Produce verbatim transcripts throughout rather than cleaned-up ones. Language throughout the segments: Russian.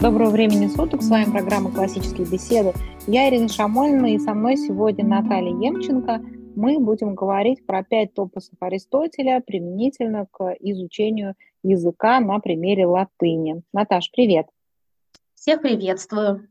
Доброго времени суток, с вами программа «Классические беседы». Я Ирина Шамольна, и со мной сегодня Наталья Емченко. Мы будем говорить про пять топосов Аристотеля применительно к изучению языка на примере латыни. Наташ, привет! Всех приветствую!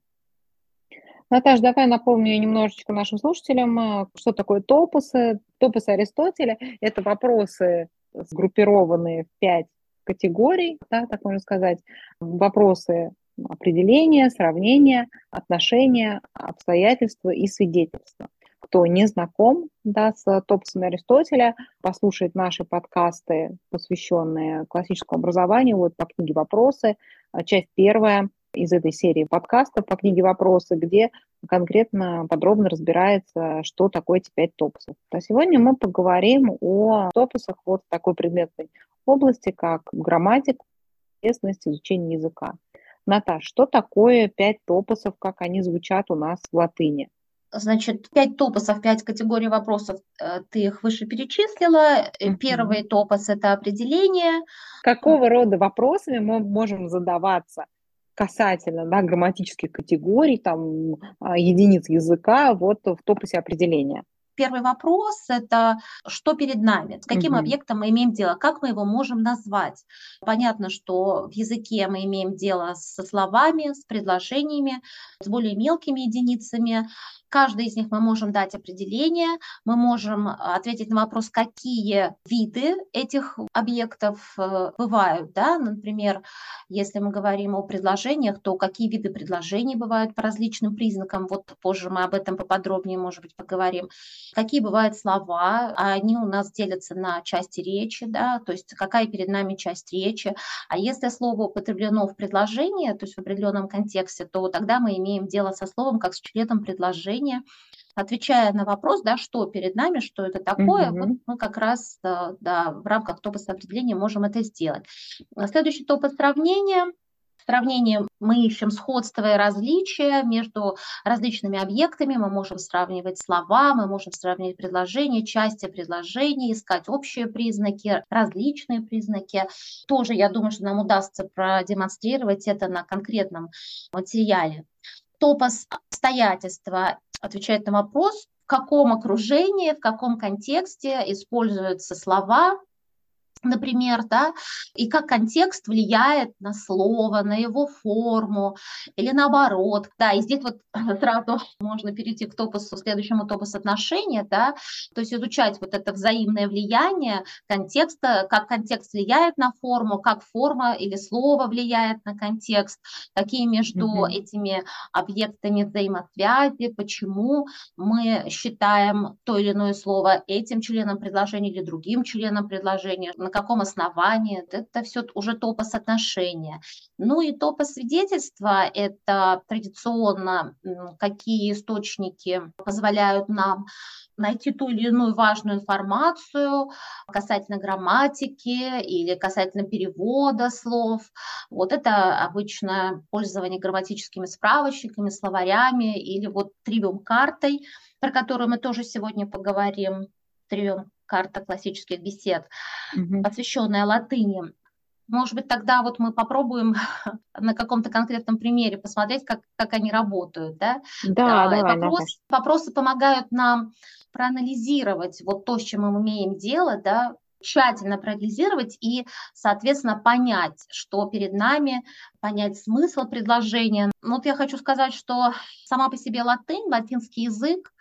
Наташ, давай напомню немножечко нашим слушателям, что такое топосы. Топосы Аристотеля– это вопросы, сгруппированные в пять категорий, да, так можно сказать, вопросы определения, сравнения, отношения, обстоятельства и свидетельства. Кто не знаком, да, с топосами Аристотеля, послушает наши подкасты, посвященные классическому образованию, вот по книге «Вопросы», часть первая из этой серии подкастов по книге «Вопросы», где конкретно подробно разбирается, что такое эти пять топосов. А сегодня мы поговорим о топосах вот в такой предметной области, как грамматика, естественность, изучение языка. Наташ, что такое пять топосов, как они звучат у нас в латыни? Значит, пять топосов, пять категорий вопросов, ты их выше перечислила. Мгм. Первый топос – это определение. Какого рода вопросами мы можем задаваться касательно, да, грамматических категорий, там, единиц языка, вот в топосе определения? Первый вопрос – это что перед нами, с каким Мгм. объектом мы имеем дело, как мы его можем назвать. Понятно, что в языке мы имеем дело со словами, с предложениями, с более мелкими единицами. Каждый из них мы можем дать определение, мы можем ответить на вопрос, какие виды этих объектов бывают. Да? Например, если мы говорим о предложениях, то какие виды предложений бывают по различным признакам. Вот позже мы об этом поподробнее, может быть, поговорим. Какие бывают слова, они у нас делятся на части речи, да, то есть какая перед нами часть речи. А если слово употреблено в предложении, то есть в определенном контексте, то тогда мы имеем дело со словом как с членом предложения. Отвечая на вопрос, да, что перед нами, что это такое, вот Мгм. мы как раз да, да, в рамках топоса определения можем это сделать. Следующий топос сравнения. В сравнении мы ищем сходство и различия между различными объектами, мы можем сравнивать слова, мы можем сравнивать предложения, части предложений, искать общие признаки, различные признаки. Тоже, я думаю, что нам удастся продемонстрировать это на конкретном материале. Топос обстоятельства отвечает на вопрос, в каком окружении, в каком контексте используются слова, например, да, и как контекст влияет на слово, на его форму или наоборот. Да, и здесь вот сразу можно перейти к топосу, следующему топосу отношения, да, то есть изучать вот это взаимное влияние контекста, как контекст влияет на форму, как форма или слово влияет на контекст, какие между Мгм. этими объектами взаимосвязи, почему мы считаем то или иное слово этим членом предложения или другим членом предложения, на каком основании, это все уже топос отношения. Ну и топос свидетельства – это традиционно, какие источники позволяют нам найти ту или иную важную информацию касательно грамматики или касательно перевода слов. Вот это обычно пользование грамматическими справочниками, словарями или вот тривиум-картой, про которую мы тоже сегодня поговорим. Тривиум-карта классических бесед, Мгм. посвященная латыни. Может быть, тогда вот мы попробуем на каком-то конкретном примере посмотреть, как, как они работают. Да? Да, А, давай, Наташ. Вопрос, вопросы помогают нам проанализировать вот то, с чем мы имеем дело, да, тщательно проанализировать и, соответственно, понять, что перед нами, понять смысл предложения. Ну, вот я хочу сказать, что сама по себе латынь, латинский язык,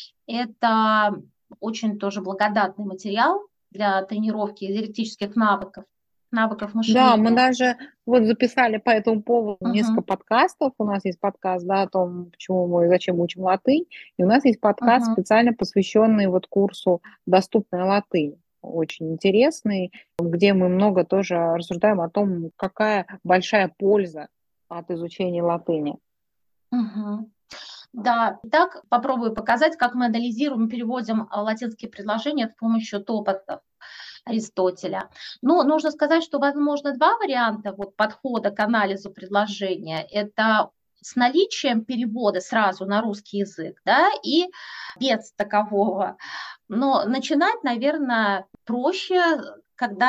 это очень тоже благодатный материал для тренировки диалектических навыков, навыков Да, мы мышления. даже вот записали по этому поводу несколько Мгм. подкастов. У нас есть подкаст, да, о том, почему мы и зачем учим латынь. И у нас есть подкаст, Мгм. специально посвященный вот курсу «Доступная латынь». Очень интересный, где мы много тоже рассуждаем о том, какая большая польза от изучения латыни. Мгм. Да, итак, попробую показать, как мы анализируем и переводим а, латинские предложения с помощью топосов Аристотеля. Но нужно сказать, что возможно два варианта вот, подхода к анализу предложения. Это с наличием перевода сразу на русский язык, да, и без такового. Но начинать, наверное, проще, когда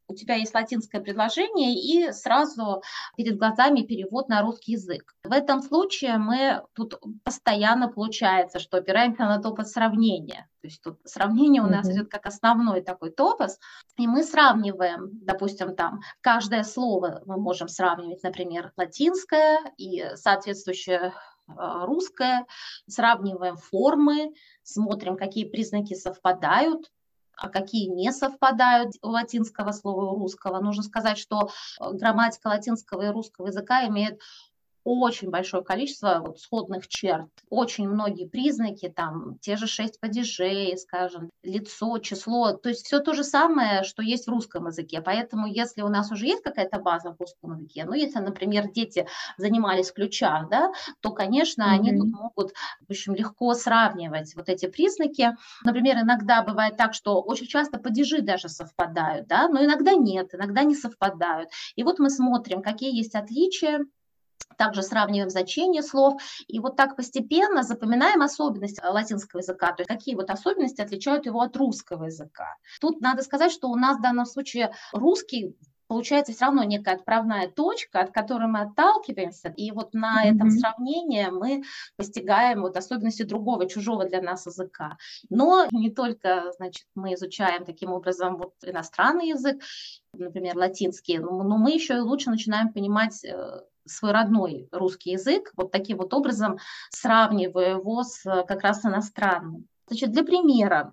у тебя есть латинское предложение и сразу перед глазами перевод на русский язык. В этом случае мы тут постоянно получается, что опираемся на топос сравнения. То есть тут сравнение у нас Мгм. идет как основной такой топос, и мы сравниваем, допустим, там каждое слово мы можем сравнивать, например, латинское и соответствующее э, русское, сравниваем формы, смотрим, какие признаки совпадают, а какие не совпадают у латинского слова и у русского. Нужно сказать, что э, грамматика латинского и русского языка имеет очень большое количество вот сходных черт, очень многие признаки, там те же шесть падежей, скажем, лицо, число, то есть все то же самое, что есть в русском языке. Поэтому если у нас уже есть какая-то база в русском языке, ну если, например, дети занимались в ключах, да, то, конечно, они тут Мгм. могут, в общем, легко сравнивать вот эти признаки. Например, иногда бывает так, что очень часто падежи даже совпадают, да, но иногда нет, иногда не совпадают. И вот мы смотрим, какие есть отличия, также сравниваем значение слов, и вот так постепенно запоминаем особенности латинского языка, то есть какие вот особенности отличают его от русского языка. Тут надо сказать, что у нас в данном случае русский получается все равно некая отправная точка, от которой мы отталкиваемся, и вот на этом Мгм. сравнении мы постигаем вот особенности другого, чужого для нас языка. Но не только, значит, мы изучаем таким образом вот иностранный язык, например, латинский, но мы еще и лучше начинаем понимать э, свой родной русский язык, вот таким вот образом сравнивая его с э, как раз иностранным. Значит, для примера,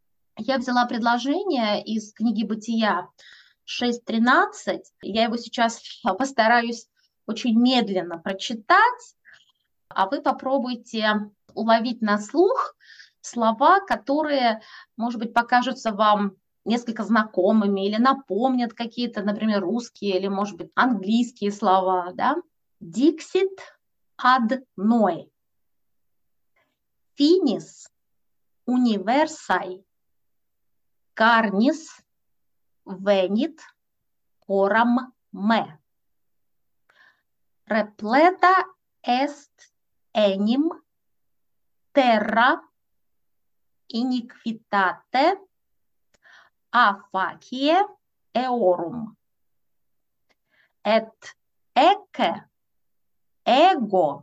я взяла предложение из книги «Бытия» шесть тринадцать, я его сейчас постараюсь очень медленно прочитать, а вы попробуйте уловить на слух слова, которые, может быть, покажутся вам несколько знакомыми или напомнят какие-то, например, русские или, может быть, английские слова. Да? Dixit ad noi. Finis universai. Carnis venit coram me. Repleta est enim terra iniquitate a facie eorum. Et ecce ego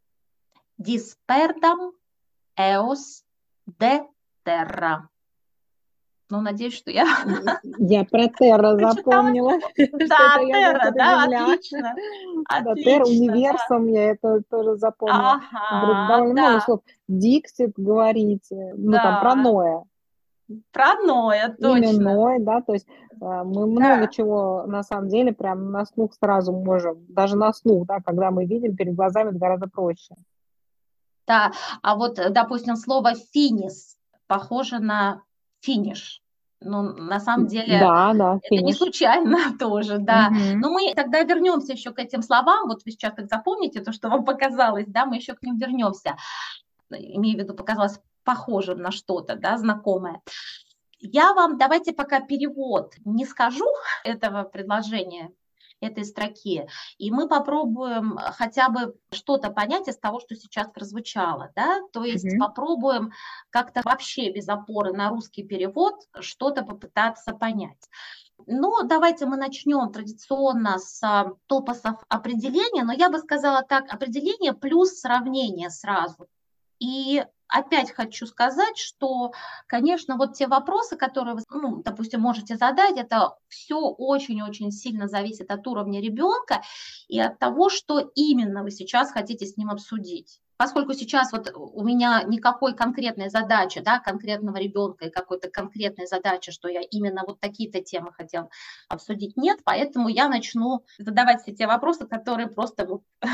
disperdam eos de terra. Ну, надеюсь, что я Я про Терра прочитала. запомнила, что это Да, ядро терра, да, Земля. отлично. Да, Терра, Отлично, да. универсум, я это тоже запомнила. Говорит, Ага, довольно много да, слов. Диксит говорите, ну там про да. Ноя. Про Ноя, Имя точно. Ной, да, то есть а, мы много Да. чего на самом деле прям на слух сразу можем, даже на слух, да, когда мы видим перед глазами, это гораздо проще. Да, а вот, э, допустим, слово «финис» похоже на «финиш». Ну, на самом деле, Да, да, это не финиш. случайно тоже, да. Мгм. Но мы тогда вернемся еще к этим словам. Вот вы сейчас так запомните то, что вам показалось, да, мы еще к ним вернемся. Имею в виду, показалось похожим на что-то, да, знакомое. Я вам давайте пока перевод не скажу этого предложения, этой строки, и мы попробуем хотя бы что-то понять из того, что сейчас прозвучало, да, то есть Мгм. попробуем как-то вообще без опоры на русский перевод что-то попытаться понять. Ну, давайте мы начнем традиционно с а, топосов определения, но я бы сказала так, определение плюс сравнение сразу. И опять хочу сказать, что, конечно, вот те вопросы, которые вы, ну, допустим, можете задать, это все очень-очень сильно зависит от уровня ребенка и от того, что именно вы сейчас хотите с ним обсудить. Поскольку сейчас вот у меня никакой конкретной задачи, да, конкретного ребенка и какой-то конкретной задачи, что я именно вот такие-то темы хотел обсудить, нет, поэтому я начну задавать все те вопросы, которые просто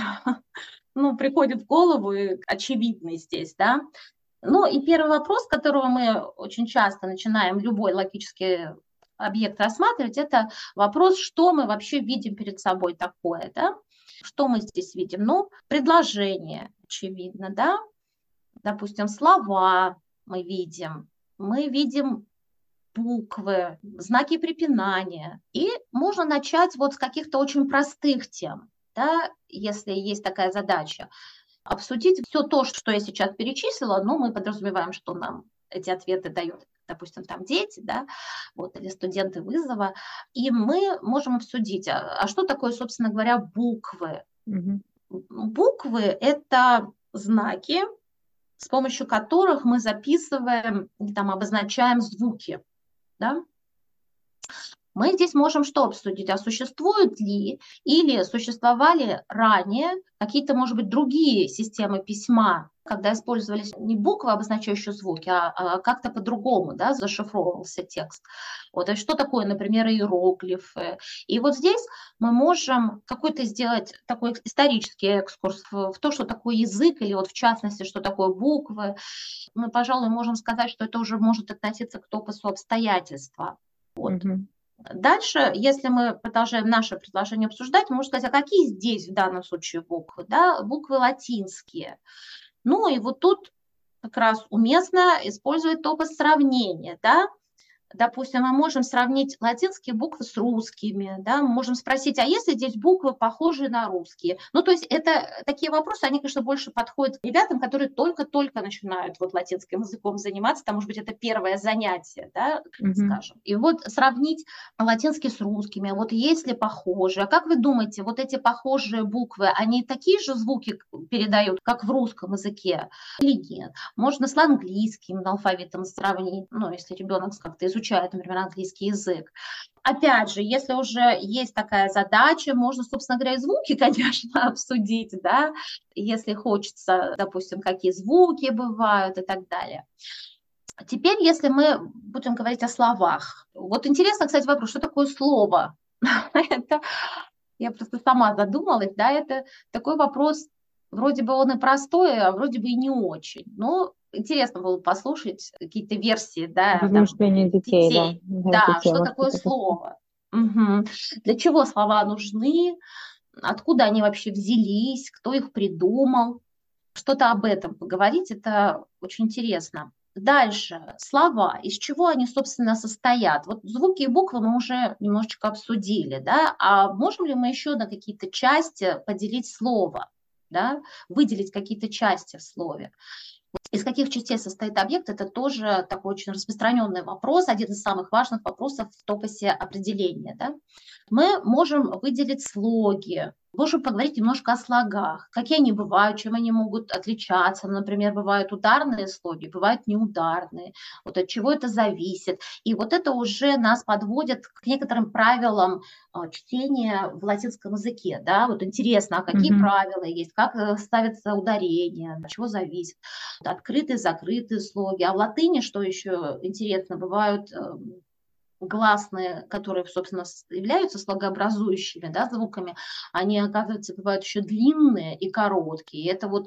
ну, приходит в голову и очевидный здесь, да. Ну и первый вопрос, с которого мы очень часто начинаем любой логический объект рассматривать, это вопрос, что мы вообще видим перед собой такое, да. Что мы здесь видим? Ну, предложение, очевидно, да. Допустим, слова мы видим, мы видим буквы, знаки препинания. И можно начать вот с каких-то очень простых тем, да, если есть такая задача. Обсудить все то, что я сейчас перечислила, но мы подразумеваем, что нам эти ответы дает допустим, там дети, да, вот, или студенты вызова, и мы можем обсудить, а, а что такое, собственно говоря, буквы? Мгм. Буквы – это знаки, с помощью которых мы записываем, там, обозначаем звуки, да? Мы здесь можем что обсудить? А существуют ли или существовали ранее какие-то, может быть, другие системы письма, когда использовались не буквы, обозначающие звуки, а, а как-то по-другому, да, зашифровывался текст. Вот, и что такое, например, иероглифы. И вот здесь мы можем какой-то сделать такой исторический экскурс в, в то, что такое язык, или вот в частности, что такое буквы. Мы, пожалуй, можем сказать, что это уже может относиться к топосу обстоятельства. Вот. Мгм. Дальше, если мы продолжаем наше предложение обсуждать, мы можем сказать, а какие здесь в данном случае буквы? Да? Буквы латинские. Ну и вот тут как раз уместно использовать топос сравнения. Да? Допустим, мы можем сравнить латинские буквы с русскими, да, мы можем спросить, а если здесь буквы похожие на русские? Ну, то есть это такие вопросы, они, конечно, больше подходят к ребятам, которые только-только начинают вот латинским языком заниматься, там, может быть, это первое занятие, да, Мгм. скажем. И вот сравнить латинский с русскими, вот есть ли похожие? А как вы думаете, вот эти похожие буквы, они такие же звуки передают, как в русском языке или нет? Можно с английским алфавитом сравнить, ну, если ребенок как-то изучает, например, английский язык. Опять же, если уже есть такая задача, можно, собственно говоря, и звуки, конечно, обсудить, да, если хочется, допустим, какие звуки бывают и так далее. Теперь, если мы будем говорить о словах. Вот интересно, кстати, вопрос, что такое слово? Это я просто сама задумалась, да, это такой вопрос, вроде бы он и простой, а вроде бы и не очень. Но интересно было послушать какие-то версии, да, там, Размышления детей, да, детей. на эту Да, что тему. такое Что такое? слово? Мгм. Для чего слова нужны? Откуда они вообще взялись? Кто их придумал? Что-то об этом поговорить, это очень интересно. Дальше, слова, из чего они, собственно, состоят? Вот звуки и буквы мы уже немножечко обсудили, да, а можем ли мы еще на какие-то части поделить слово, да, выделить какие-то части в слове? Из каких частей состоит объект, это тоже такой очень распространенный вопрос, один из самых важных вопросов в топосе определения. Да? Мы можем выделить слоги, можем поговорить немножко о слогах, какие они бывают, чем они могут отличаться. Например, бывают ударные слоги, бывают неударные, вот от чего это зависит. И вот это уже нас подводит к некоторым правилам а, чтения в латинском языке. Да? Вот интересно, а какие Мгм. правила есть, как э, ставится ударение, от чего зависит. Открытые, закрытые слоги. А в латыни, что еще интересно, бывают э, гласные, которые, собственно, являются слогообразующими, да, звуками, они, оказывается, бывают еще длинные и короткие. И это вот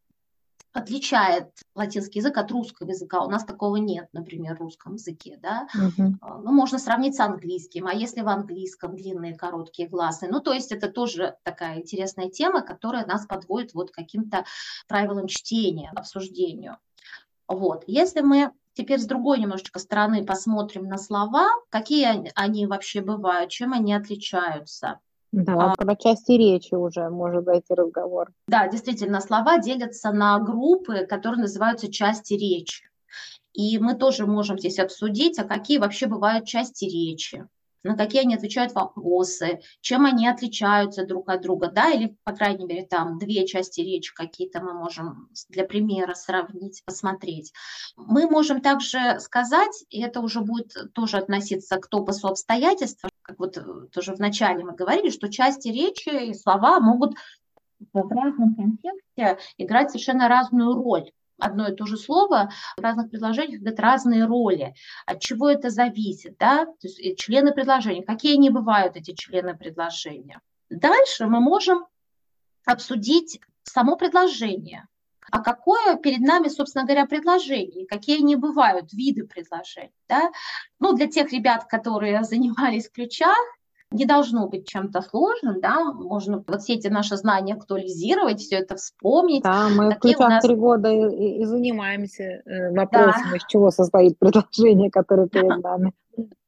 отличает латинский язык от русского языка. У нас такого нет, например, в русском языке. Да? Мгм. Ну, можно сравнить с английским. А если в английском длинные, короткие гласные? Ну, то есть это тоже такая интересная тема, которая нас подводит вот к каким-то правилам чтения, обсуждению. Вот. Если мы теперь с другой немножечко стороны посмотрим на слова, какие они, они вообще бывают, чем они отличаются. Да, про части речи уже может зайти разговор. Да, действительно, слова делятся на группы, которые называются части речи. И мы тоже можем здесь обсудить, а какие вообще бывают части речи, на какие они отвечают вопросы, чем они отличаются друг от друга, да, или, по крайней мере, там две части речи какие-то мы можем для примера сравнить, посмотреть. Мы можем также сказать, и это уже будет тоже относиться к топосу обстоятельств, как вот тоже в начале мы говорили, что части речи и слова могут в разном контексте играть совершенно разную роль. Одно и то же слово в разных предложениях играет разные роли. От чего это зависит? Да? То есть члены предложения. Какие они бывают, эти члены предложения? Дальше мы можем обсудить само предложение. А какое перед нами, собственно говоря, предложение? Какие они бывают, виды предложений? Да? Ну, для тех ребят, которые занимались в ключах, не должно быть чем-то сложным, да, можно вот все эти наши знания актуализировать, все это вспомнить. Да, мы в Какие у ключах нас, три года и, и- и занимаемся э, да, вопросом, из чего состоит предложение, которое перед нами.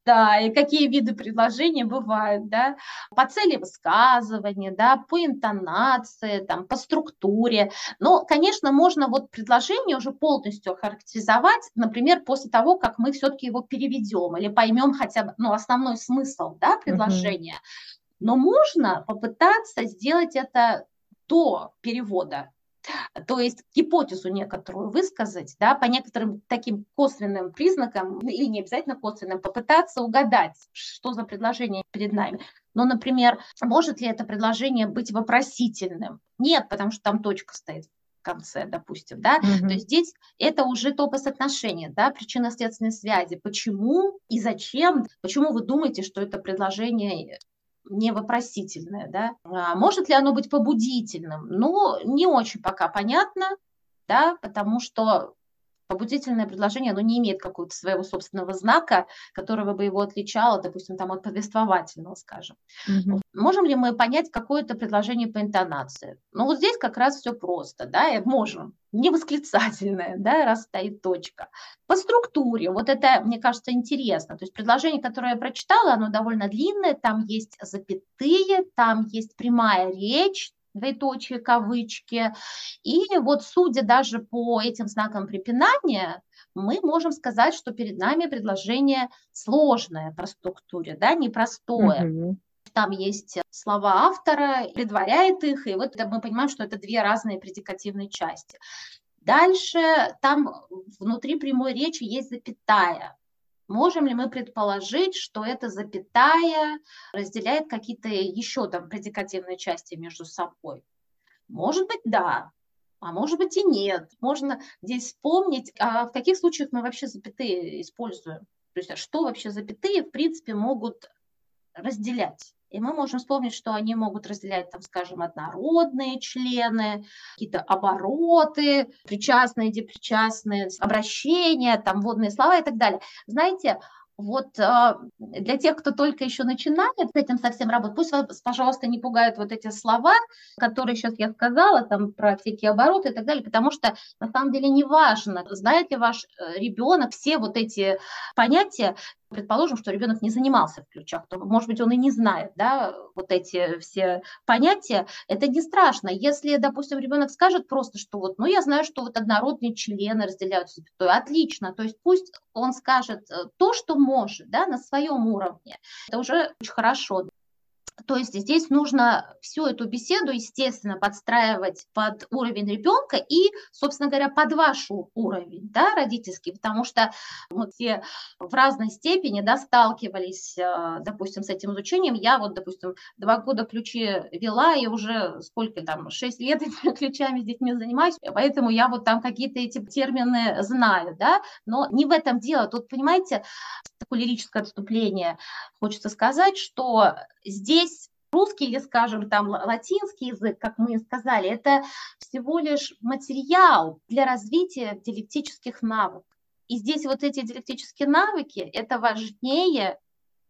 Да, и какие виды предложений бывают, да, по цели высказывания, да, по интонации, там, по структуре. Но, конечно, можно вот предложение уже полностью охарактеризовать, например, после того, как мы все-таки его переведем или поймем хотя бы, ну, основной смысл, да, Мгм. предложения. Но можно попытаться сделать это до перевода. То есть гипотезу некоторую высказать, да, по некоторым таким косвенным признакам, или не обязательно косвенным, попытаться угадать, что за предложение перед нами. Ну, например, может ли это предложение быть вопросительным? Нет, потому что там точка стоит в конце, допустим, да. То Мгм. есть здесь это уже топос отношения, да, причинно-следственной связи. Почему и зачем, почему вы думаете, что это предложение не вопросительное, да. А может ли оно быть побудительным? Ну, не очень пока понятно, да, потому что побудительное предложение, оно не имеет какого-то своего собственного знака, которого бы его отличало, допустим, там, от повествовательного, скажем. Мгм. Можем ли мы понять какое-то предложение по интонации? Ну, вот здесь как раз все просто, да, и можем. Не восклицательное, да, раз стоит точка. По структуре, вот это, мне кажется, интересно. То есть предложение, которое я прочитала, оно довольно длинное, там есть запятые, там есть прямая речь, двоеточие, кавычки. И вот судя даже по этим знакам препинания, мы можем сказать, что перед нами предложение сложное по структуре, да, непростое. Мгм. Там есть слова автора, предваряет их, и вот мы понимаем, что это две разные предикативные части. Дальше там внутри прямой речи есть запятая. Можем ли мы предположить, что эта запятая разделяет какие-то еще там предикативные части между собой? Может быть, да, а может быть и нет. Можно здесь вспомнить, а в каких случаях мы вообще запятые используем. То есть, а что вообще запятые, в принципе, могут разделять. И мы можем вспомнить, что они могут разделять, там, скажем, однородные члены, какие-то обороты, причастные, депричастные, обращения, там, вводные слова и так далее. Знаете, вот э, для тех, кто только еще начинает с этим совсем работать, пусть вас, пожалуйста, не пугают вот эти слова, которые сейчас я сказала, там, про всякие обороты и так далее, потому что на самом деле не важно, знает ли ваш э, ребенок все вот эти понятия. Предположим, что ребенок не занимался в ключах, то, может быть, он и не знает, да, вот эти все понятия. Это не страшно. Если, допустим, ребенок скажет просто, что вот, ну, я знаю, что вот однородные члены разделяются, то отлично. То есть пусть он скажет э, то, что может, да, на своем уровне. Это уже очень хорошо. То есть здесь нужно всю эту беседу, естественно, подстраивать под уровень ребенка и, собственно говоря, под ваш уровень, да, родительский, потому что мы все в разной степени, да, сталкивались, э, допустим, с этим изучением. Я вот, допустим, два года ключи вела, и уже сколько там, шесть лет этими ключами с детьми занимаюсь, поэтому я вот там какие-то эти термины знаю, да, но не в этом дело. Тут, понимаете, такое лирическое отступление, хочется сказать, что здесь русский или, скажем, там латинский язык, как мы сказали, это всего лишь материал для развития диалектических навыков. И здесь вот эти диалектические навыки, это важнее,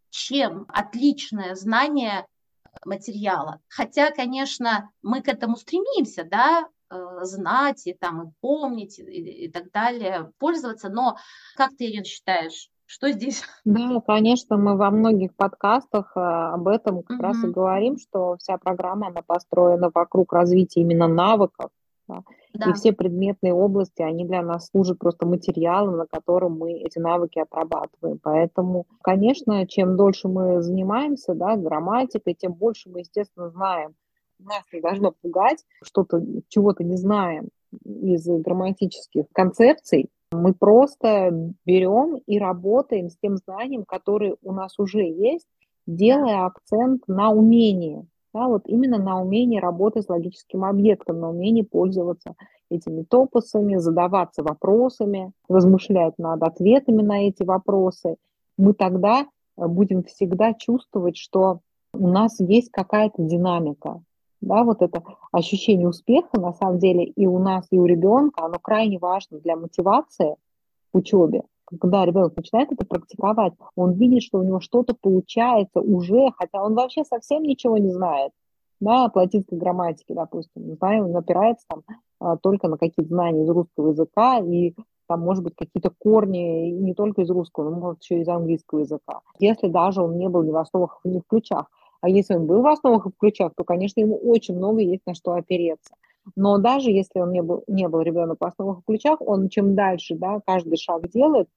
чем отличное знание материала. Хотя, конечно, мы к этому стремимся, да, э, знать и там и помнить и, и так далее, пользоваться. Но как ты, Ирина, считаешь, что здесь? Да, конечно, мы во многих подкастах э, об этом как раз и Мгм. говорим, что вся программа, она построена вокруг развития именно навыков, да. И Да. все предметные области, они для нас служат просто материалом, на котором мы эти навыки отрабатываем. Поэтому, конечно, чем дольше мы занимаемся, да, грамматикой, тем больше мы, естественно, знаем. Нас не должно пугать, что-то, чего-то не знаем из грамматических концепций. Мы просто берем и работаем с тем знанием, которое у нас уже есть, Да. делая акцент на умении. Да, вот именно на умении работать с логическим объектом, на умении пользоваться этими топосами, задаваться вопросами, размышлять над ответами на эти вопросы. Мы тогда э, будем всегда чувствовать, что у нас есть какая-то динамика. Да, вот это ощущение успеха, на самом деле, и у нас, и у ребенка, оно крайне важно для мотивации в учебе. Когда ребенок начинает это практиковать, он видит, что у него что-то получается уже, хотя он вообще совсем ничего не знает, да, от латинской грамматики, допустим, не знаю, он опирается там а, только на какие-то знания из русского языка, и там, может быть, какие-то корни не только из русского, но, может, еще из английского языка. Если даже он не был ни в основах, ни в ключах. А если он был в основах и в ключах, то, конечно, ему очень много есть на что опереться. Но даже если он не был, не был ребенок в основах и ключах, он чем дальше, да, каждый шаг делает,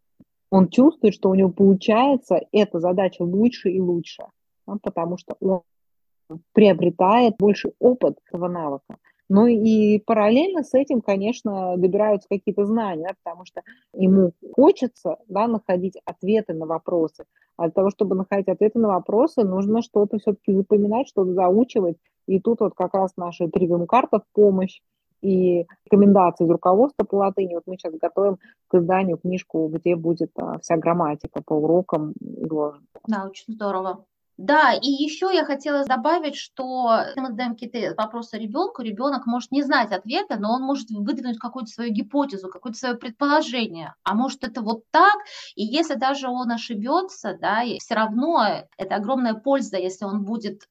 он чувствует, что у него получается эта задача лучше и лучше, да, потому что он приобретает больше опыт этого навыка. Ну и параллельно с этим, конечно, добираются какие-то знания, да, потому что ему хочется, да, находить ответы на вопросы. А для того, чтобы находить ответы на вопросы, нужно что-то все-таки запоминать, что-то заучивать. И тут вот как раз наша тривиум-карта в помощь и рекомендации из руководства по латыни. Вот мы сейчас готовим к изданию книжку, где будет а, вся грамматика по урокам изложена. Да, очень здорово. Да, и еще я хотела добавить, что если мы задаем какие-то вопросы ребенку, ребенок может не знать ответа, но он может выдвинуть какую-то свою гипотезу, какое-то свое предположение. А может это вот так, и если даже он ошибется, да, и все равно это огромная польза, если он будет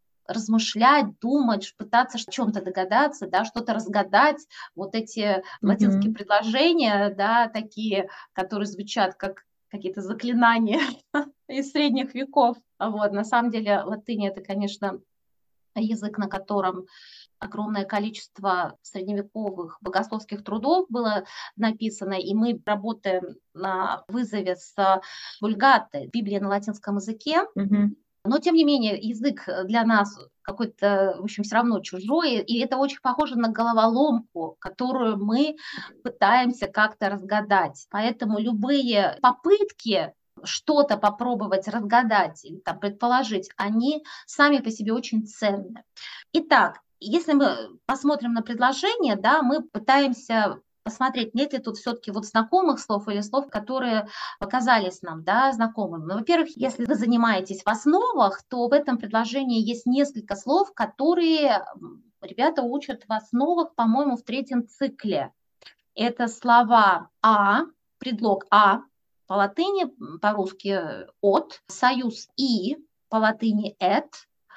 размышлять, думать, пытаться о чем-то догадаться, да, что-то разгадать. Вот эти латинские Мгм. предложения, да, такие, которые звучат как какие-то заклинания из средних веков. Вот, на самом деле латынь это, конечно, язык, на котором огромное количество средневековых богословских трудов было написано, и мы работаем на вызове с вульгатой, Библией на латинском языке. Мгм. Но, тем не менее, язык для нас какой-то, в общем, все равно чужой, и это очень похоже на головоломку, которую мы пытаемся как-то разгадать. Поэтому любые попытки что-то попробовать разгадать или там, предположить, они сами по себе очень ценны. Итак, если мы посмотрим на предложение, да, мы пытаемся посмотреть, нет ли тут все-таки вот знакомых слов или слов, которые показались нам, да, знакомыми. Ну, во-первых, если вы занимаетесь в основах, то в этом предложении есть несколько слов, которые ребята учат в основах, по-моему, в третьем цикле. Это слова «а», предлог «а», по латыни, по-русски «от», союз «и», по латыни «эт»,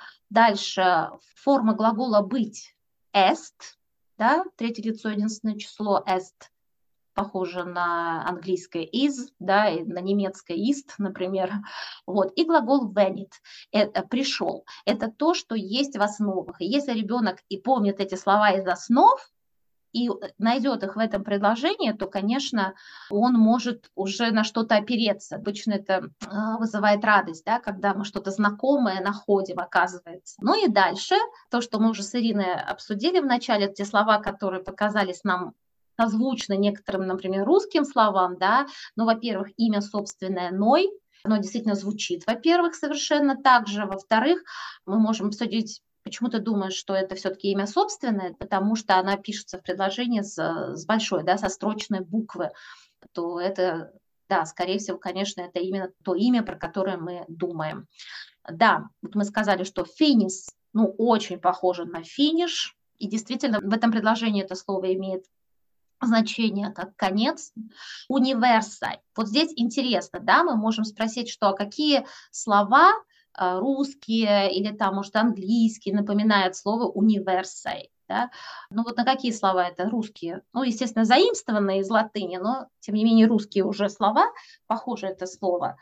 дальше форма глагола «быть» «est», да, третье лицо, единственное число «est», похоже на английское is, да, и на немецкое ist, например. Вот. И глагол venit, это пришел. Это то, что есть в основах. И если ребенок и помнит эти слова из основ, и найдет их в этом предложении, то, конечно, он может уже на что-то опереться. Обычно это вызывает радость, да, когда мы что-то знакомое находим, оказывается. Ну и дальше, то, что мы уже с Ириной обсудили в начале, те слова, которые показались нам созвучно некоторым, например, русским словам, да, ну, во-первых, имя собственное «ной», оно действительно звучит, во-первых, совершенно так же, во-вторых, мы можем обсудить, почему ты думаешь, что это все-таки имя собственное, потому что она пишется в предложении с, с большой, да, со строчной буквы, то это, да, скорее всего, конечно, это именно то имя, про которое мы думаем. Да, вот мы сказали, что финис, ну, очень похоже на финиш, и действительно в этом предложении это слово имеет значение как конец. Универсаль. Вот здесь интересно, да, мы можем спросить, что а какие слова э, русские или там, может, английские напоминают слово универсаль, да? Ну вот на какие слова это русские? Ну, естественно, заимствованные из латыни, но, тем не менее, русские уже слова, похоже это слово.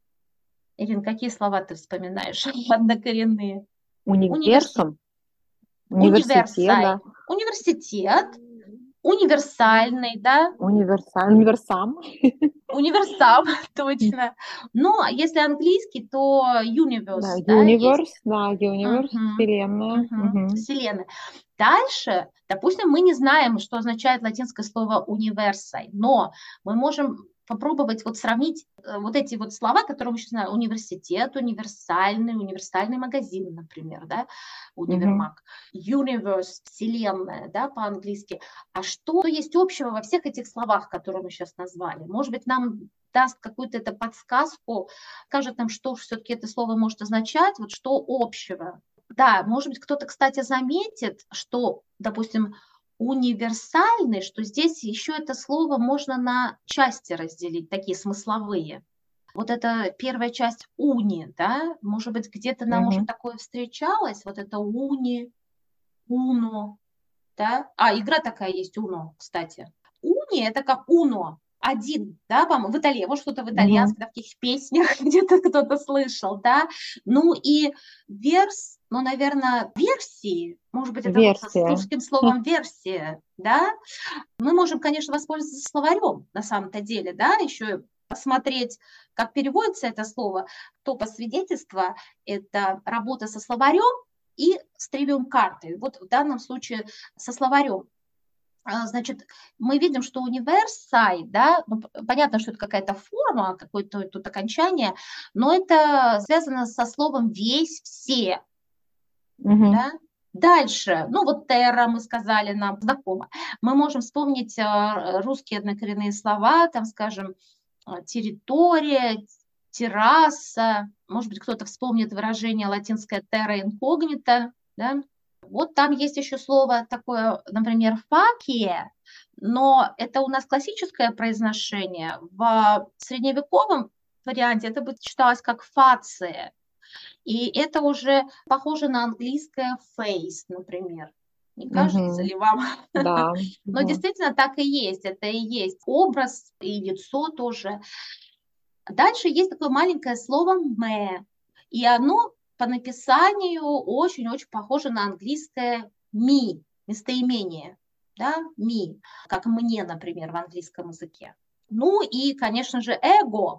Ирин, какие слова ты вспоминаешь однокоренные? Университет. Универсум, университет, Универсаль. да. Университет. Универсальный, да, Универсаль, универсам. универсам, точно. Но если английский, то Да, universe, да, есть. universe, да, universe, Мгм, вселенная. мгм, Мгм. Вселенная. Дальше, допустим, мы не знаем, что означает латинское слово universal, но мы можем попробовать вот сравнить э, вот эти вот слова, которые мы сейчас знаем: университет, универсальный, универсальный магазин, например, да, Мгм. универмаг, universe, вселенная, да, по-английски. А что есть общего во всех этих словах, которые мы сейчас назвали? Может быть, нам даст какую-то это подсказку, скажет нам, что все-таки это слово может означать, вот что общего. Да, может быть, кто-то, кстати, заметит, что, допустим, универсальный, что здесь еще это слово можно на части разделить, такие смысловые. Вот это первая часть уни, да, может быть, где-то нам уже Мгм. такое встречалось, вот это уни, уно, да. А, игра такая есть, уно, кстати. местоимение, это как uno, один, да, в итальянском, вот что-то в Мгм. итальянском, да, в каких песнях где-то кто-то слышал, да. Ну и верс, ну, наверное, версии, может быть, это вот с Версия. русским словом версия, да. Мы можем, конечно, воспользоваться словарем на самом-то деле, да, еще посмотреть, как переводится это слово. Топос свидетельства – это работа со словарем и с тривиум-картой. Вот в данном случае со словарем. А, Значит, мы видим, что универсай, да, ну, п- понятно, что это какая-то форма, какое-то тут окончание, но это связано со словом весь, все, Мгм. да. Дальше, ну вот терра, мы сказали, нам знакомо. Мы можем вспомнить а, русские однокоренные слова, там, скажем, а, территория, терраса, может быть, кто-то вспомнит выражение латинское terra incognita, да. Вот там есть еще слово такое, например, факие, но это у нас классическое произношение. В средневековом варианте это бы читалось как фация. И это уже похоже на английское face, например. Не кажется Мгм. ли вам? Да. Но Мгм. действительно так и есть. Это и есть образ, и лицо тоже. Дальше есть такое маленькое слово «мэ», и оно по написанию очень-очень похоже на английское «me», местоимение, да, «me», как «мне», например, в английском языке. Ну и, конечно же, эго,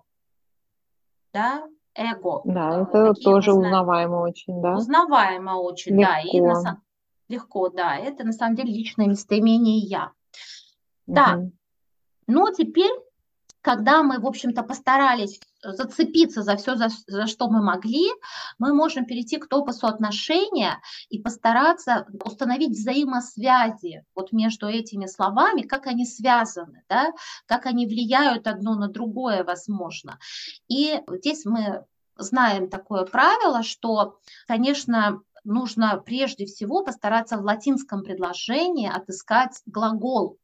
да, эго. Да, Э, это Такие мы тоже знаем. узнаваемо очень, да? Узнаваемо очень, да, и на Легко. самом легко, да, это на самом деле личное местоимение «я». Так, Мгм. ну теперь, когда мы, в общем-то, постарались зацепиться за все, за, за что мы могли, мы можем перейти к топосу отношения и постараться установить взаимосвязи вот между этими словами, как они связаны, да, как они влияют одно на другое, возможно. И здесь мы знаем такое правило, что, конечно, нужно прежде всего постараться в латинском предложении отыскать глагол.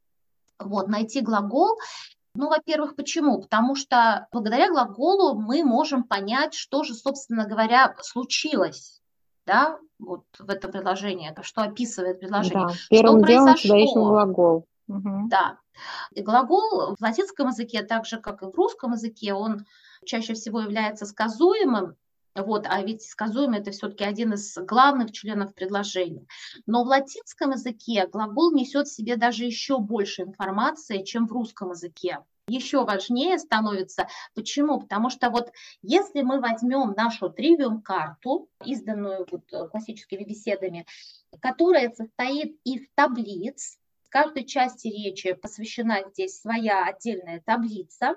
Вот, найти глагол. Ну, во-первых, почему? Потому что благодаря глаголу мы можем понять, что же, собственно говоря, случилось, да, вот в этом предложении, что описывает предложение, Да. что Первым делом всегда ищем произошло, глагол. Мгм. да. И глагол в латинском языке, так же, как и в русском языке, он чаще всего является сказуемым, вот, а ведь сказуемый – это все-таки один из главных членов предложения. Но в латинском языке глагол несет в себе даже еще больше информации, чем в русском языке. Еще важнее становится. Почему? Потому что вот если мы возьмем нашу тривиум-карту, изданную вот э, классическими беседами, которая состоит из таблиц, каждой части речи посвящена здесь своя отдельная таблица.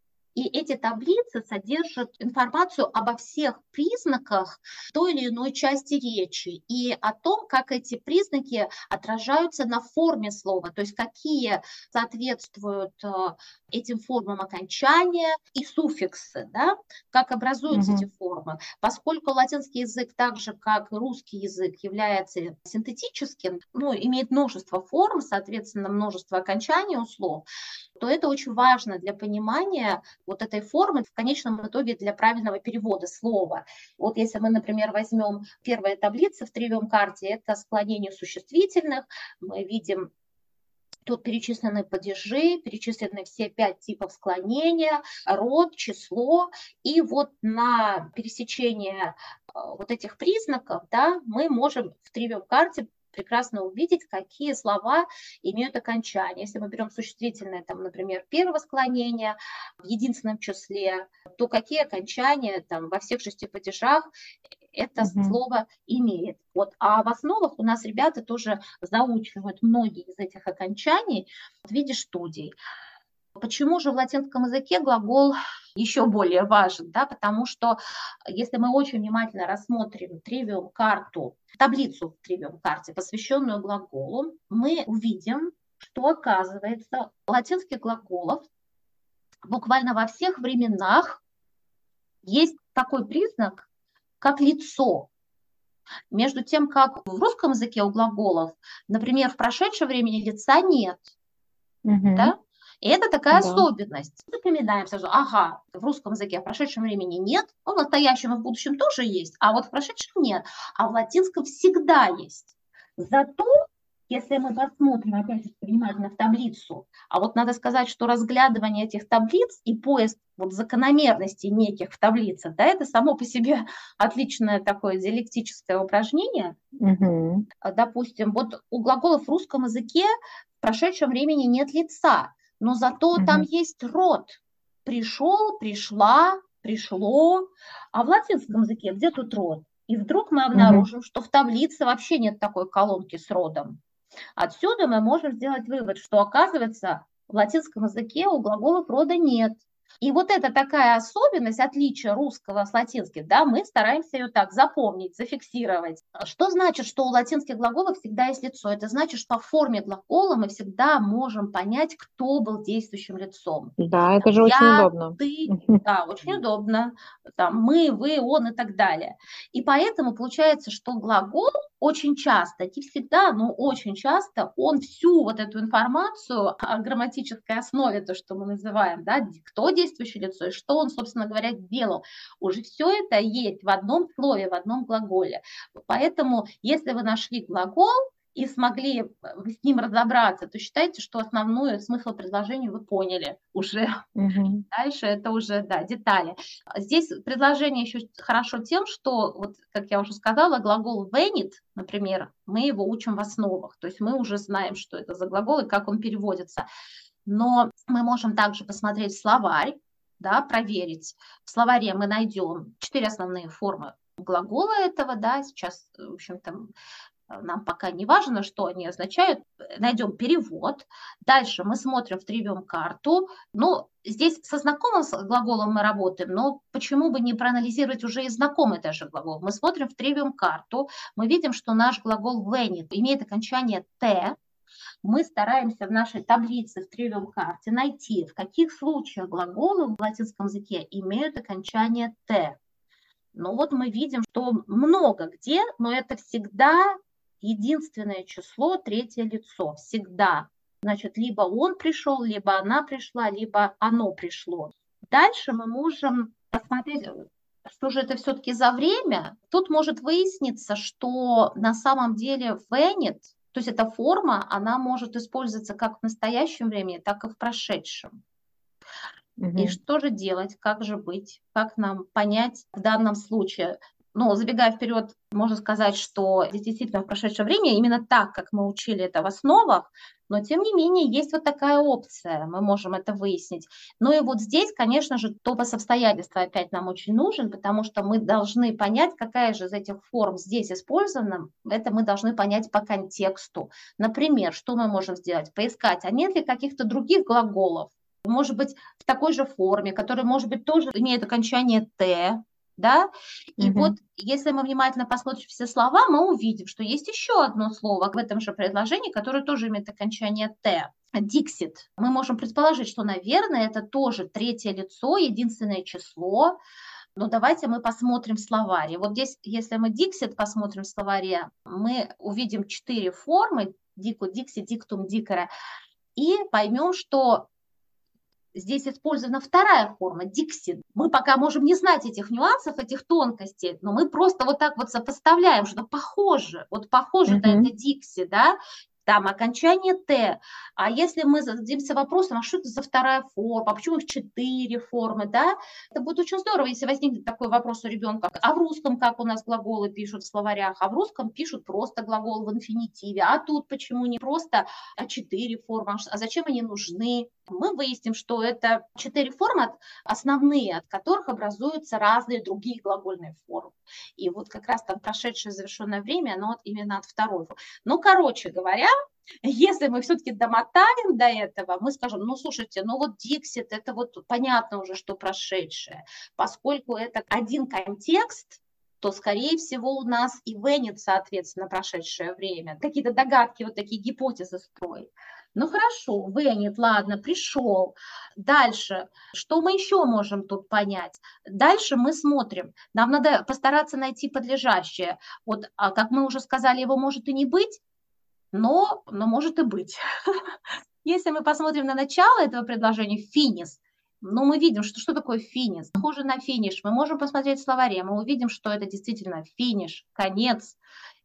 И эти таблицы содержат информацию обо всех признаках той или иной части речи и о том, как эти признаки отражаются на форме слова, то есть какие соответствуют э, этим формам окончания и суффиксы, да, как образуются эти Мгм. формы. Поскольку латинский язык, так же как русский язык, является синтетическим, ну, имеет множество форм, соответственно, множество окончаний у слов, то это очень важно для понимания вот этой формы в конечном итоге для правильного перевода слова. Вот если мы, например, возьмем первая таблица в тривиум-карте, это склонение существительных, мы видим тут перечислены падежи, перечислены все пять типов склонения, род, число. И вот на пересечение вот этих признаков, да, мы можем в тривиум-карте прекрасно увидеть, какие слова имеют окончание. Если мы берем существительное, там, например, первого склонения в единственном числе, то какие окончания там, во всех шести падежах это Мгм. слово имеет. Вот. А в основах у нас ребята тоже заучивают многие из этих окончаний в виде студий. Почему же в латинском языке глагол еще более важен? Да? Потому что если мы очень внимательно рассмотрим тривиум-карту, таблицу в тривиум-карте, посвященную глаголу, мы увидим, что оказывается латинских глаголов буквально во всех временах есть такой признак, как лицо. Между тем, как в русском языке у глаголов, например, в прошедшем времени лица нет, Мгм. да? И это такая Да. особенность. Запоминаем сразу, ага, в русском языке в прошедшем времени нет, ну, в настоящем и в будущем тоже есть, а вот в прошедшем нет, а в латинском всегда есть. Зато Если мы посмотрим опять внимательно в таблицу, а вот надо сказать, что разглядывание этих таблиц и поиск вот закономерностей неких в таблицах, да, это само по себе отличное такое диалектическое упражнение. Угу. Допустим, вот у глаголов в русском языке в прошедшем времени нет лица, но зато там Угу. есть род. Пришел, пришла, пришло. А в латинском языке где тут род? И вдруг мы Угу. обнаружим, что в таблице вообще нет такой колонки с родом. Отсюда мы можем сделать вывод, что, оказывается, в латинском языке у глаголов рода нет. И вот это такая особенность, отличие русского с латинским, да, мы стараемся ее так запомнить, зафиксировать. Что значит, что у латинских глаголов всегда есть лицо? Это значит, что по форме глагола мы всегда можем понять, кто был действующим лицом. Да, это Там, же очень я, удобно. ты, да, очень удобно. Там, мы, вы, он и так далее. И поэтому получается, что глагол очень часто, не всегда, но очень часто он всю вот эту информацию о грамматической основе, то, что мы называем, да, кто действующее лицо и что он, собственно говоря, делал, уже все это есть в одном слове, в одном глаголе. Поэтому, если вы нашли глагол и смогли с ним разобраться, то считайте, что основной смысл предложения вы поняли уже. Угу. Дальше это уже, да, детали. Здесь предложение еще хорошо тем, что, вот, как я уже сказала, глагол venit, например, мы его учим в основах, то есть мы уже знаем, что это за глагол и как он переводится. Но мы можем также посмотреть в словарь, да, проверить. В словаре мы найдем четыре основные формы глагола этого, да, сейчас, в общем-то, нам пока не важно, что они означают, найдем перевод. Дальше мы смотрим в тривиум карту. Ну, здесь со знакомым глаголом мы работаем, но почему бы не проанализировать уже и знакомый даже глагол? Мы смотрим в тривиум карту, мы видим, что наш глагол venit имеет окончание «т». Мы стараемся в нашей таблице в тривиум карте найти, в каких случаях глаголы в латинском языке имеют окончание «т». Ну вот мы видим, что много где, но это всегда единственное число, третье лицо, всегда. Значит, либо он пришел, либо она пришла, либо оно пришло. Дальше мы можем посмотреть, что же это все-таки за время. Тут может выясниться, что на самом деле venit, то есть эта форма, она может использоваться как в настоящем времени, так и в прошедшем. Угу. И что же делать, как же быть, как нам понять в данном случае? Ну, забегая вперед, можно сказать, что здесь действительно в прошедшее время именно так, как мы учили это в основах, но тем не менее есть вот такая опция, мы можем это выяснить. Ну и вот здесь, конечно же, топос обстоятельства опять нам очень нужен, потому что мы должны понять, какая же из этих форм здесь использована, это мы должны понять по контексту. Например, что мы можем сделать? Поискать, а нет ли каких-то других глаголов, может быть, в такой же форме, который, может быть, тоже имеет окончание «т», да, и Угу. вот если мы внимательно посмотрим все слова, мы увидим, что есть еще одно слово в этом же предложении, которое тоже имеет окончание «т». Dixit. Мы можем предположить, что, наверное, это тоже третье лицо, единственное число. Но давайте мы посмотрим в словаре. Вот здесь, если мы Dixit посмотрим в словаре, мы увидим четыре формы: Dicu, Dixit, Dictum, Dicere, и поймем, что здесь использована вторая форма, Dixit. Мы пока можем не знать этих нюансов, этих тонкостей, но мы просто вот так вот сопоставляем, что похоже, вот похоже-то Угу. это Dixit, да, там окончание «т». А если мы зададимся вопросом, а что это за вторая форма, а почему их четыре формы, да, это будет очень здорово, если возникнет такой вопрос у ребенка. А в русском как у нас глаголы пишут в словарях? А в русском пишут просто глагол в инфинитиве. А тут почему не просто, а четыре формы? А зачем они нужны? Мы выясним, что это четыре формы основные, от которых образуются разные другие глагольные формы. И вот как раз там прошедшее завершенное время, оно вот именно от второй формы. Ну, короче говоря, если мы все-таки домотаем до этого, мы скажем, ну, слушайте, ну вот Dixit, это вот понятно уже, что прошедшее. Поскольку это один контекст, то, скорее всего, у нас и venit, соответственно, прошедшее время. Какие-то догадки, вот такие гипотезы строить. Ну хорошо, venit, ладно, пришел. Дальше, что мы еще можем тут понять? Дальше мы смотрим, нам надо постараться найти подлежащее. Вот, а как мы уже сказали, его может и не быть, но, но может и быть. Если мы посмотрим на начало этого предложения, finis, ну, мы видим, что, что такое финиш. Похоже на финиш. Мы можем посмотреть в словаре, мы увидим, что это действительно финиш, конец.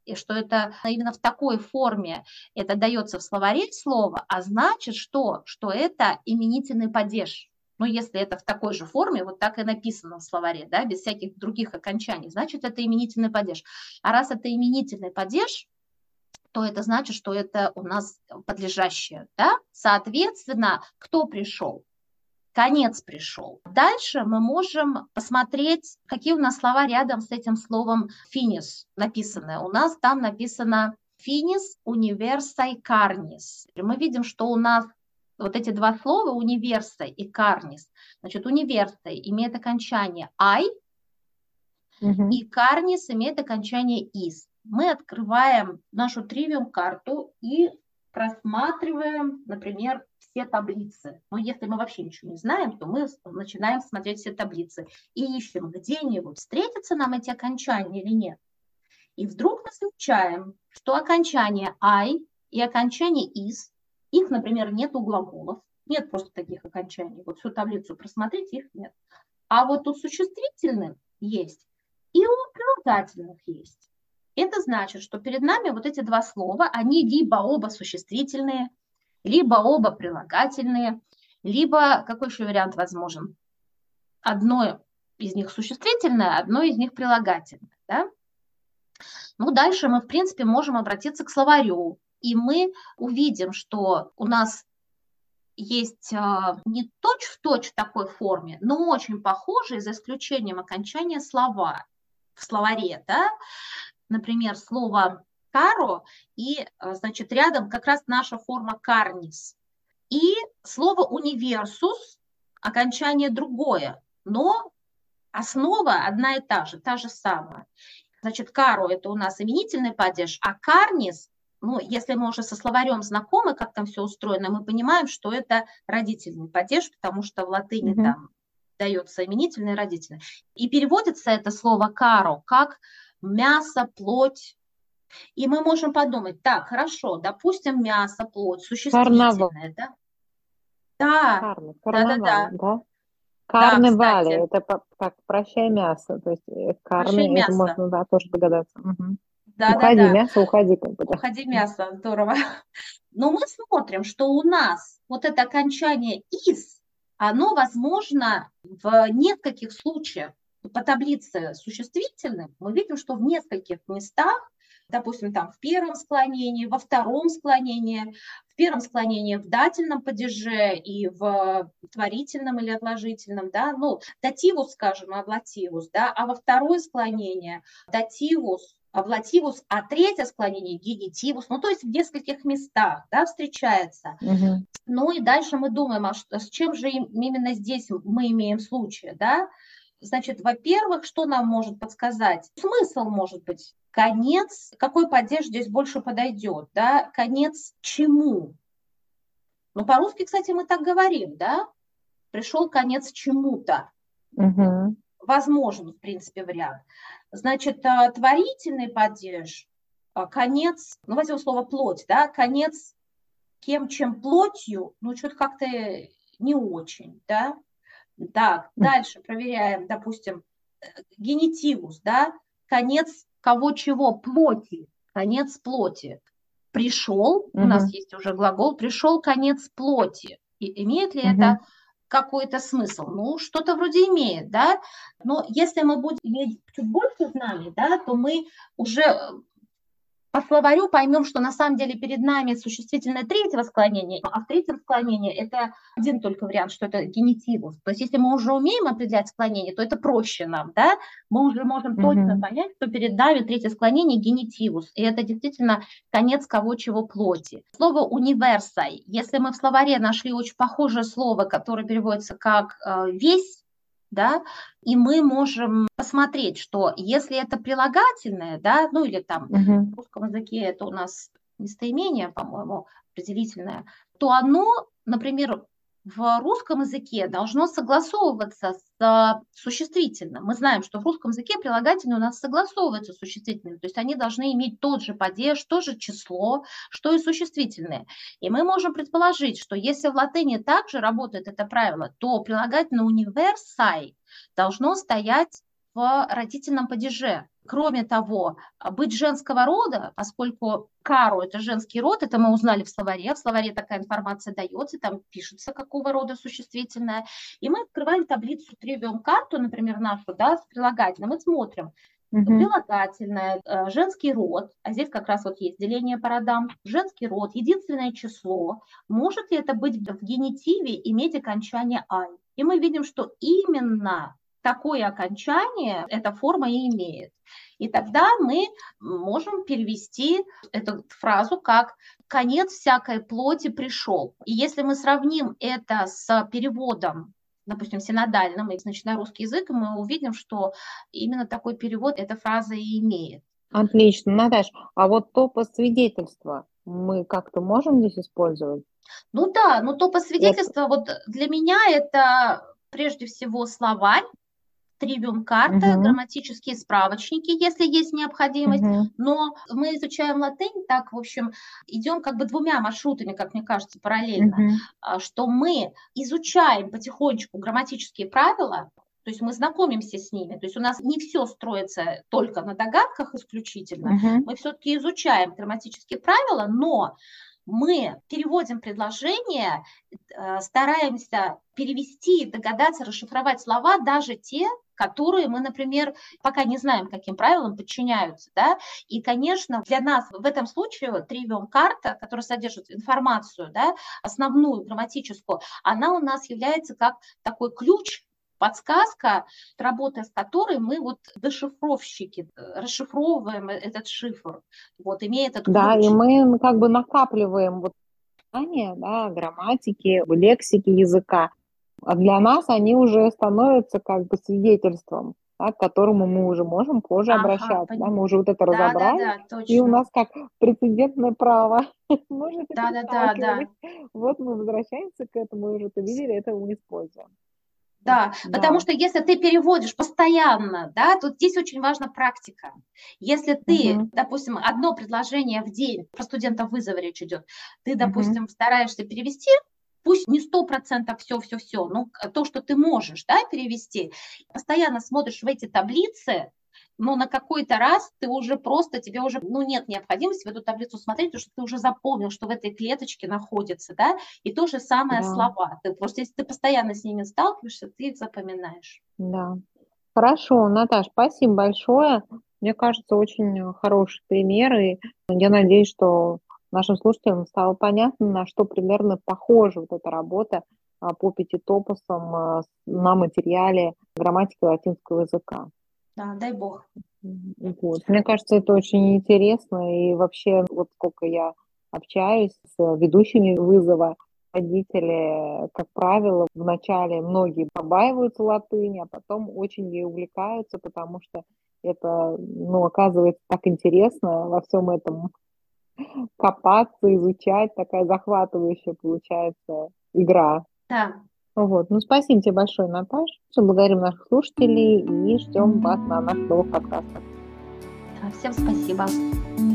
и что это именно в такой форме это дается в словаре слово, а значит что? Что это именительный падеж. Ну, если это в такой же форме, вот так и написано в словаре, да, без всяких других окончаний, значит, это именительный падеж. А раз это именительный падеж, то это значит, что это у нас подлежащее, да? Соответственно, кто пришел? Конец пришел. Дальше мы можем посмотреть, какие у нас слова рядом с этим словом finis написаны. У нас там написано finis universi carnis. И мы видим, что у нас вот эти два слова universi и carnis. Значит, universi имеет окончание I, угу. и carnis имеет окончание is. Мы открываем нашу тривиум-карту и просматриваем, например, все таблицы. Но если мы вообще ничего не знаем, то мы начинаем смотреть все таблицы и ищем, где-нибудь встретятся нам эти окончания или нет. И вдруг мы замечаем, что окончание I и окончание is, их, например, нет у глаголов, нет просто таких окончаний. Вот всю таблицу просмотрите, их нет. А вот у существительных есть и у прилагательных есть. Это значит, что перед нами вот эти два слова, они либо оба существительные, либо оба прилагательные, либо, какой еще вариант возможен? Одно из них существительное, одно из них прилагательное. Да? Ну, дальше мы, в принципе, можем обратиться к словарю, и мы увидим, что у нас есть не точь-в-точь в такой форме, но очень похожие, за исключением окончания, слова в словаре, да? Например, слово «каро» и, значит, рядом как раз наша форма «карнис». И слово «универсус» окончание другое, но основа одна и та же, та же самая. Значит, «каро» – это у нас именительный падеж, а «карнис», ну, если мы уже со словарем знакомы, как там все устроено, мы понимаем, что это родительный падеж, потому что в латыни mm-hmm. там дается именительный и родительный. И переводится это слово «каро» как мясо, плоть. И мы можем подумать, так, хорошо, допустим, мясо, плоть, существительное, да? Да, Карна, карнавал, да, да, да. Карневале, да, это как прощай мясо, то есть прощай карны, это можно, да, тоже догадаться. Угу. Да, уходи, да, да. мясо, уходи. Как бы, да. Уходи, мясо, здорово. Но мы смотрим, что у нас вот это окончание «из», оно возможно в нескольких случаях. По таблице существительных мы видим, что в нескольких местах, допустим, там в первом склонении, во втором склонении, в первом склонении в дательном падеже и в творительном или отложительном, да, ну, дативус, скажем, аблативус, да, а во второе склонение дативус, аблативус, а третье склонение генитивус, ну, то есть в нескольких местах, да, встречается. Угу. Ну и дальше мы думаем, а что, с чем же именно здесь мы имеем случай, да? Значит, во-первых, что нам может подсказать? Смысл может быть. Конец, какой падеж здесь больше подойдет, да? Конец чему? Ну, по-русски, кстати, мы так говорим, да? Пришел конец чему-то. Угу. Возможен, в принципе, вариант. Значит, творительный падеж, конец, ну, возьмем слово плоть, да? Конец кем, чем плотью, ну, что-то как-то не очень, да? Так, дальше проверяем, допустим, генитивус, да, конец кого чего, плоти, конец плоти. Пришел, uh-huh. у нас есть уже глагол, пришел конец плоти. И имеет ли uh-huh. это какой-то смысл? Ну, что-то вроде имеет, да, но если мы будем иметь чуть больше знаний, да, то мы уже по словарю поймем, что на самом деле перед нами существительное третьего склонения, а в третьем склонении это один только вариант, что это генитивус. То есть если мы уже умеем определять склонение, то это проще нам, да? Мы уже можем mm-hmm. точно понять, что перед нами третье склонение генитивус, и это действительно конец кого чего плоти. Слово универсай, если мы в словаре нашли очень похожее слово, которое переводится как э, весь, да, и мы можем посмотреть, что если это прилагательное, да, ну или там uh-huh. в русском языке это у нас местоимение, по-моему, определительное, то оно, например, в русском языке должно согласовываться с существительным. Мы знаем, что в русском языке прилагательные у нас согласовываются с существительными, то есть они должны иметь тот же падеж, то же число, что и существительные. И мы можем предположить, что если в латыни также работает это правило, то прилагательное универсай должно стоять в родительном падеже. Кроме того, быть женского рода, поскольку кару – это женский род, это мы узнали в словаре, в словаре такая информация дается, там пишется, какого рода существительное, и мы открываем таблицу Trivium карту, например, нашу, да, с прилагательным, и смотрим, Мгм. прилагательное, э, женский род, а здесь как раз вот есть деление по родам, женский род, единственное число, может ли это быть в генитиве иметь окончание «ай». И мы видим, что именно такое окончание эта форма и имеет. И тогда мы можем перевести эту фразу как «конец всякой плоти пришел». И если мы сравним это с переводом, допустим, синодальным, и, значит, на русский язык, мы увидим, что именно такой перевод эта фраза и имеет. Отлично, Наташ. А вот топос свидетельства мы как-то можем здесь использовать? Ну да, но топос Это, свидетельства вот для меня это прежде всего словарь, Trivium карта, мгм, грамматические справочники, если есть необходимость, мгм, но мы изучаем латынь, так, в общем, идем как бы двумя маршрутами, как мне кажется, параллельно, мгм, а, что мы изучаем потихонечку грамматические правила, то есть мы знакомимся с ними, то есть у нас не все строится только на догадках исключительно, мгм. мы все-таки изучаем грамматические правила, но мы переводим предложения, э, стараемся перевести, догадаться, расшифровать слова, даже те, которые мы, например, пока не знаем, каким правилам подчиняются. Да? И, конечно, для нас в этом случае Trivium карта, которая содержит информацию, да, основную грамматическую, она у нас является как такой ключ, подсказка, работая с которой мы вот дешифровщики, э, расшифровываем э- этот шифр, вот, имея этот Да, и ключ. мы ну, как бы накапливаем вот знания, да, грамматики, лексики языка. А для нас они уже становятся как бы свидетельством, да, к которому мы уже можем позже Ага, обращаться. Да, пон- мы уже вот это разобрали, да-да-да, и у точно. нас как прецедентное право. Мы же с этим Да-да-да, сталкивались. да. Вот мы возвращаемся к этому, мы уже это видели, это мы используем. Вот, Да, потому да. что если ты переводишь постоянно, да, то здесь очень важна практика. Если ты, Мгм, допустим, одно предложение в день, про студентов вызова речь идет, ты, мгм. допустим, стараешься перевести, пусть не сто процентов все-все-все, но то, что ты можешь, да, перевести, постоянно смотришь в эти таблицы, но на какой-то раз ты уже просто, тебе уже, ну, нет необходимости в эту таблицу смотреть, потому что ты уже запомнил, что в этой клеточке находится, да, и то же самое Да, слова. Ты, просто если ты постоянно с ними сталкиваешься, ты их запоминаешь. да. Хорошо, Наташ, спасибо большое. Мне кажется, очень э, хороший пример, и я надеюсь, что нашим слушателям стало понятно, на что примерно похожа вот эта работа а, по пяти топосам а, с- на материале грамматики латинского языка. Да, дай бог. Мгм. Вот. Мне кажется, это очень интересно, и вообще, вот сколько я общаюсь с ведущими вызова, родители, как правило, вначале многие побаиваются латыни, а потом очень ей увлекаются, потому что это, ну, оказывается так интересно во всем этом копаться, изучать, такая захватывающая получается игра. Да. Вот. Ну, спасибо тебе большое, Наташа. Благодарим наших слушателей и ждем вас на наших новых подкастах. Да, всем спасибо.